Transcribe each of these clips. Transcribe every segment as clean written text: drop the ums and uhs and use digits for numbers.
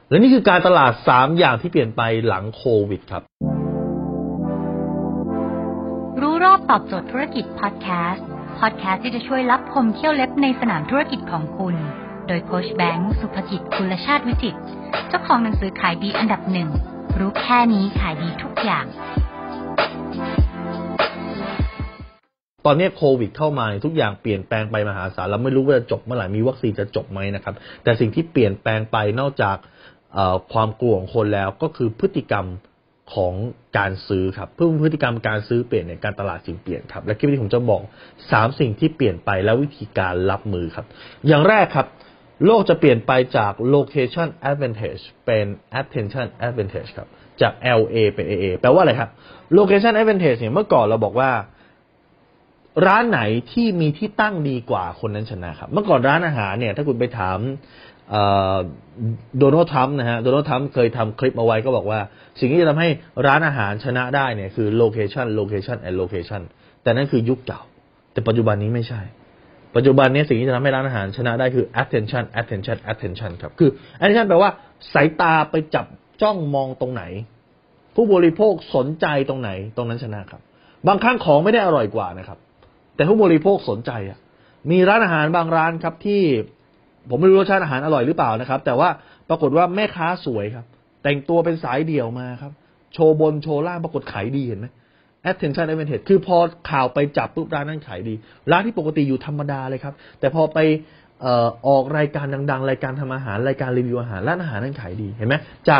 และนี่คือการตลาด3อย่างที่เปลี่ยนไปหลังโควิดครับรู้รอบตอบโจทย์ธุรกิจพอดแคสต์ที่จะช่วยลับคมเที่ยวเล็บในสนามธุรกิจของคุณโดยโค้ชแบงค์สุภกิจกุลชาติวิจิตรเจ้าของหนังสือขายดีอันดับ1รู้แค่นี้ขายดีทุกอย่างตอนนี้โควิดเข้ามาทุกอย่างเปลี่ยนแปลงไปมหาศาลเราไม่รู้ว่าจะจบเมื่อไหร่มีวัคซีนจะจบไหมนะครับแต่สิ่งที่เปลี่ยนแปลงไปนอกจากความกลัวของคนแล้วก็คือพฤติกรรมของการซื้อครับเพื่อพฤติกรรมการซื้อเปลี่ยนในการตลาดจึงเปลี่ยนครับและคลิปนี้ผมจะบอก3สิ่งที่เปลี่ยนไปและวิธีการรับมือครับอย่างแรกครับโลกจะเปลี่ยนไปจาก location advantage เป็น attention advantage ครับจาก LA เป็น AA แปลว่าอะไรครับ location advantage เนี่ยเมื่อก่อนเราบอกว่าร้านไหนที่มีที่ตั้งดีกว่าคนนั้นชนะครับเมื่อก่อนร้านอาหารเนี่ยถ้าคุณไปถามโดนัลด์ทรัมป์นะฮะโดนัลด์ทรัมป์เคยทำคลิปเอาไว้ก็บอกว่าสิ่งที่จะทำให้ร้านอาหารชนะได้เนี่ยคือ location and location แต่นั่นคือยุคเก่าแต่ปัจจุบันนี้ไม่ใช่ปัจจุบันนี้สิ่งที่จะทำให้ร้านอาหารชนะได้คือ attention ครับคือ attention แปลว่าสายตาไปจับจ้องมองตรงไหนผู้บริโภคสนใจตรงไหนตรงนั้นชนะครับบางครั้งของไม่ได้อร่อยกว่านะครับแต่ผู้บริโภคสนใจอ่ะมีร้านอาหารบางร้านครับที่ผมไม่รู้รสชาติอาหารอร่อยหรือเปล่านะครับแต่ว่าปรากฏว่าแม่ค้าสวยครับแต่งตัวเป็นสายเดี่ยวมาครับโชว์บนโชว์ล่างปรากฏขายดีเห็นไหม attention advantage คือพอข่าวไปจับปุ๊บร้านนั้นขายดีร้านที่ปกติอยู่ธรรมดาเลยครับแต่พอไปออกรายการดังๆรายการทำอาหารรายการรีวิวอาหารร้านอาหารนั้นขายดีเห็นไหมจาก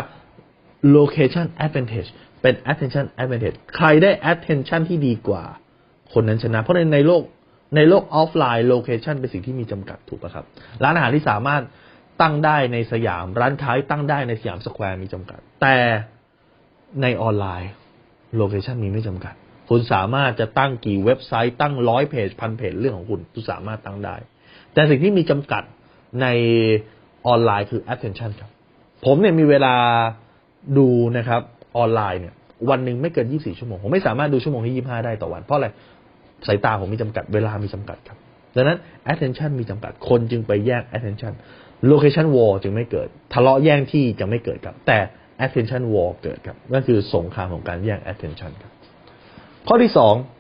location advantage เป็น attention advantage ใครได้ attention ที่ดีกว่าคนนั้นชนะเพราะในโลกออฟไลน์โลเคชันเป็นสิ่งที่มีจำกัดถูกป่ะครับร้านอาหารที่สามารถตั้งได้ในสยามร้านค้าตั้งได้ในสยามสแควร์มีจำกัดแต่ในออนไลน์โลเคชันมีไม่จำกัดคุณสามารถจะตั้งกี่เว็บไซต์ตั้ง100 เพจ 1,000 เพจเรื่องของคุณสามารถตั้งได้แต่สิ่งที่มีจำกัดในออนไลน์คือ attention ครับผมเนี่ยมีเวลาดูนะครับออนไลน์เนี่ยวันหนึ่งไม่เกิน24 ชั่วโมงผมไม่สามารถดูชั่วโมงที่25ได้ต่อวันเพราะอะไรสายตาผมมีจำกัดเวลามีจำกัดครับดังนั้น attention มีจำกัดคนจึงไปแย่ง attention location war จึงไม่เกิดทะเลาะแย่งที่จะไม่เกิดครับแต่ attention war เกิดครับนั่นคือสงครามของการแย่ง attention ครับข้อที่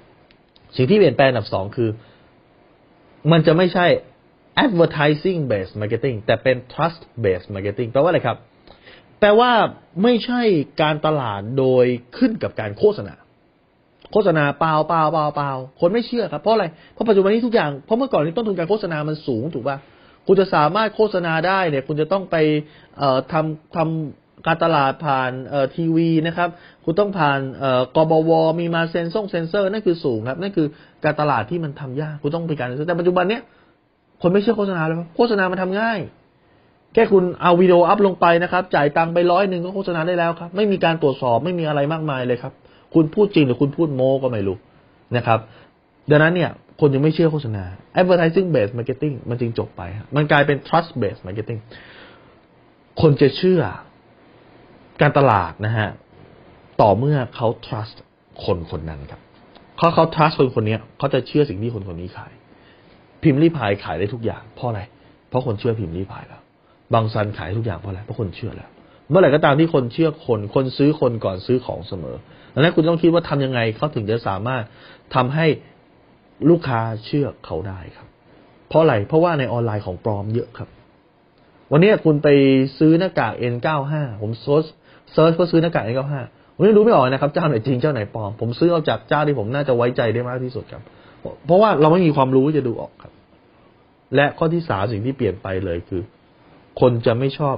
2สิ่งที่เปลี่ยนแปลงอันดับ2คือมันจะไม่ใช่ advertising based marketing แต่เป็น trust based marketing แปลว่าอะไรครับแปลว่าไม่ใช่การตลาดโดยขึ้นกับการโฆษณาเปล่าคนไม่เชื่อครับเพราะอะไรเพราะปัจจุบันนี้ทุกอย่างเพราะเมื่อก่อนนี้ต้นทุนการโฆษณามันสูงถูกป่ะคุณจะสามารถโฆษณาได้เนี่ยคุณจะต้องไปทำการตลาดผ่านทีวีนะครับคุณต้องผ่านกบวมีมาเซ็นเซอร์นั่นคือสูงครับนั่นคือการตลาดที่มันทำยากคุณต้องไปการแต่ปัจจุบันเนี้ยคนไม่เชื่อโฆษณาเลยโฆษณามันทำง่ายแค่คุณเอาวิดีโออัพลงไปนะครับจ่ายตังค์ไป100ก็โฆษณาได้แล้วครับไม่มีการตรวจสอบไม่มีอะไรมากมายเลยครับคุณพูดจริงหรือคุณพูดโม้ก็ไม่รู้นะครับดังนั้นเนี่ยคนยังไม่เชื่อโฆษณา advertising based marketing มันจึงจบไปมันกลายเป็น trust based marketing คนจะเชื่อการตลาดนะฮะต่อเมื่อเขา trust คนนั้นครับเขา trust คนนี้เขาจะเชื่อสิ่งที่คนนี้ขายพิมพ์รีพายขายได้ทุกอย่างเพราะอะไรเพราะคนเชื่อพิมพ์รีพายแล้วบางซันขายทุกอย่างเพราะอะไรเพราะคนเชื่อแล้วเมื่อไหร่ก็ตามที่คนเชื่อคนซื้อคนก่อนซื้อของเสมอดังนั้นคุณต้องคิดว่าทำยังไงเขาถึงจะสามารถทำให้ลูกค้าเชื่อเขาได้ครับเพราะอะไรเพราะว่าในออนไลน์ของปลอมเยอะครับวันนี้คุณไปซื้อหน้ากาก N95 ผมเซิร์ชเพื่อซื้อหน้ากาก N95 ผมยังดูไม่ออกนะครับเจ้าไหนจริงเจ้าไหนปลอมผมซื้อเอาจากเจ้าที่ผมน่าจะไว้ใจได้มากที่สุดครับเพราะว่าเราไม่มีความรู้จะดูออกครับและข้อที่3สิ่งที่เปลี่ยนไปเลยคือคนจะไม่ชอบ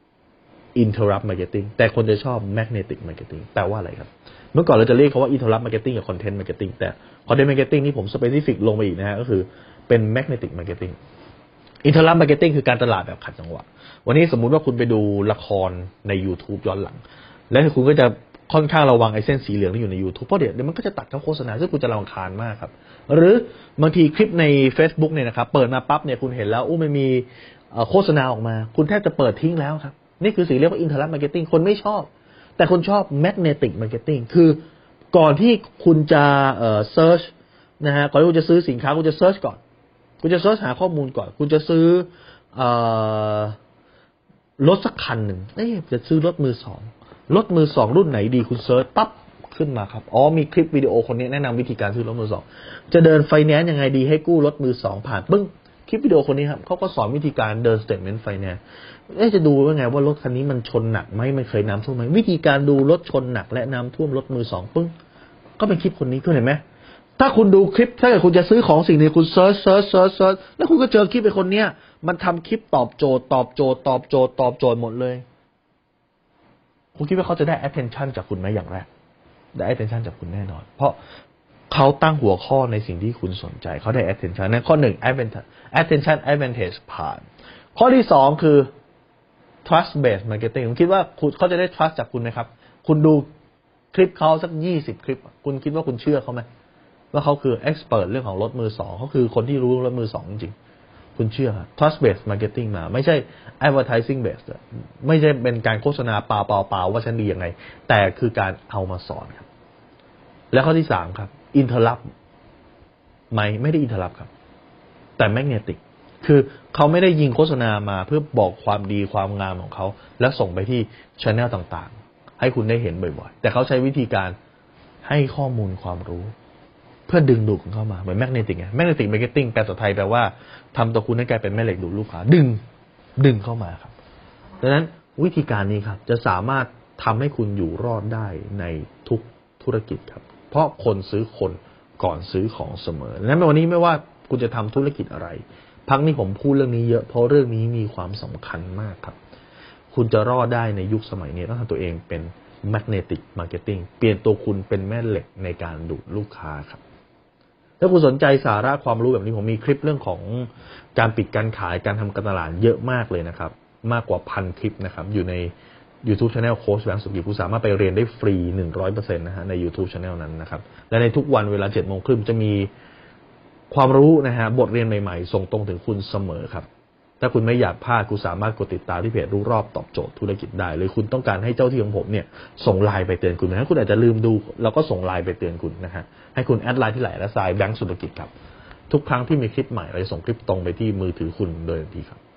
interrupt marketing แต่คนจะชอบ magnetic marketing แปลว่าอะไรครับเมื่อก่อนเราจะเรียกเขาว่า interrupt marketing กับ content marketing แต่ content marketing นี่ผม specific ลงไปอีกนะฮะก็คือเป็น magnetic marketing interrupt marketing คือการตลาดแบบขัดจังหวะวันนี้สมมุติว่าคุณไปดูละครใน YouTube ย้อนหลังแล้วคุณก็จะค่อนข้างระวังไอ้เส้นสีเหลืองที่อยู่ใน YouTube เพราะเดี๋ยวมันก็จะตัดเข้าโฆษณาซึ่งคุณจะรำคาญมากครับหรือบางทีคลิปใน Facebook เนี่ยนะครับเปิดมาปั๊บเนี่ยคุณเห็นแล้วมันมีโฆษณาออกมาคุณแทบจะเปิดทิ้งแล้วครับนี่คือสิ่งเรียกว่า interrupt marketing คนไม่ชอบแต่คนชอบ magnetic marketing คือก่อนที่คุณจะsearch นะฮะก่อนที่คุณจะซื้อสินค้าคุณจะ search ก่อนคุณจะ search หาข้อมูลก่อนคุณจะซื้อรถสักคันหนึ่งจะซื้อรถมือสองรุ่นไหนดีคุณเซิร์ชปั๊บขึ้นมาครับมีคลิปวิดีโอคนนี้แนะนำวิธีการซื้อรถมือสองจะเดินไฟแนนซ์ยังไงดีให้กู้รถมือสองผ่านปึ้งคลิปวิดีโอคนนี้ครับเขาก็สอนวิธีการเดินสเตทเมนต์ไฟแนนซ์จะดูว่าไงว่ารถคันนี้มันชนหนักไหมไม่เคยน้ำท่วมไหมวิธีการดูรถชนหนักและน้ำท่วมรถมือสองปึ้งก็เป็นคลิปคนนี้คุณเห็นไหมถ้าคุณดูคลิปถ้าเกิดคุณจะซื้อของสิ่งนี้คุณเซิร์ชแล้วคุณก็เจอคลิปไอ้คนเนี้ยมันทำคลิปตอบโจทย์หมดเลยคุณคิดว่าเขาจะได้ attention จากคุณไหมอย่างแรกได้ attention จากคุณแน่นอนเพราะเขาตั้งหัวข้อในสิ่งที่คุณสนใจเขาได้ attention นั่นข้อหนึ่ง attention advantage ผ่านข้อที่สองคือ trust based marketing คุณคิดว่าเขาจะได้ trust จากคุณไหมครับคุณดูคลิปเขาสัก20คลิปคุณคิดว่าคุณเชื่อเขาไหมว่าเขาคือ expert เรื่องของรถมือสองเขาคือคนที่รู้รถมือสองจริงๆคุณเชื่อครับ trust based marketing มาไม่ใช่ advertising based ไม่ใช่เป็นการโฆษณาเปล่าว่าฉันดียังไงแต่คือการเอามาสอนครับและข้อที่สามครับ interrupt ไม่ได้ interrupt ครับแต่ magnetic คือเขาไม่ได้ยิงโฆษณามาเพื่อบอกความดีความงามของเขาแล้วส่งไปที่ channel ต่างๆให้คุณได้เห็นบ่อยๆแต่เขาใช้วิธีการให้ข้อมูลความรู้เพื่อดึงดูดคุณเข้ามาเหมือน magnetic ไง magnetic marketing แปลภาษาไทยแปลว่าทำตัวคุณให้กลายเป็นแม่เหล็กดูดลูกค้าดึงเข้ามาครับดังนั้นวิธีการนี้ครับจะสามารถทำให้คุณอยู่รอดได้ในทุกธุรกิจครับเพราะคนซื้อคนก่อนซื้อของเสมอดังนั้นวันนี้ไม่ว่าคุณจะทำธุรกิจอะไรพักนี้ผมพูดเรื่องนี้เยอะเพราะเรื่องนี้มีความสำคัญมากครับคุณจะรอดได้ในยุคสมัยนี้ต้องทำตัวเองเป็น magnetic marketing เปลี่ยนตัวคุณเป็นแม่เหล็กในการดูดลูกค้าครับถ้าคุณสนใจสาระความรู้แบบนี้ผมมีคลิปเรื่องของการปิดการขายการทำการตลาดเยอะมากเลยนะครับมากกว่า1,000 คลิปนะครับอยู่ใน YouTube Channel โค้ชแบงค์สุกิจคุณสามารถไปเรียนได้ฟรี 100% นะฮะใน YouTube Channel นั้นนะครับและในทุกวันเวลา 7:30 นจะมีความรู้นะฮะบทเรียนใหม่ๆส่งตรงถึงคุณเสมอครับถ้าคุณไม่อยากพลาดคุณสามารถกดติดตามที่เพจรู้รอบตอบโจทย์ธุรกิจได้หรือคุณต้องการให้เจ้าที่ของผมเนี่ยส่งไลน์ไปเตือนคุณนะคุณอาจจะลืมดูเราก็ส่งไลน์ไปเตือนคุณนะฮะให้คุณแอดไลน์ที่ไหนและไซน์แบงค์สุกิจครับทุกครั้งที่มีคลิปใหม่เราจะส่งคลิปตรงไปที่มือถือคุณโดยทันทีครับ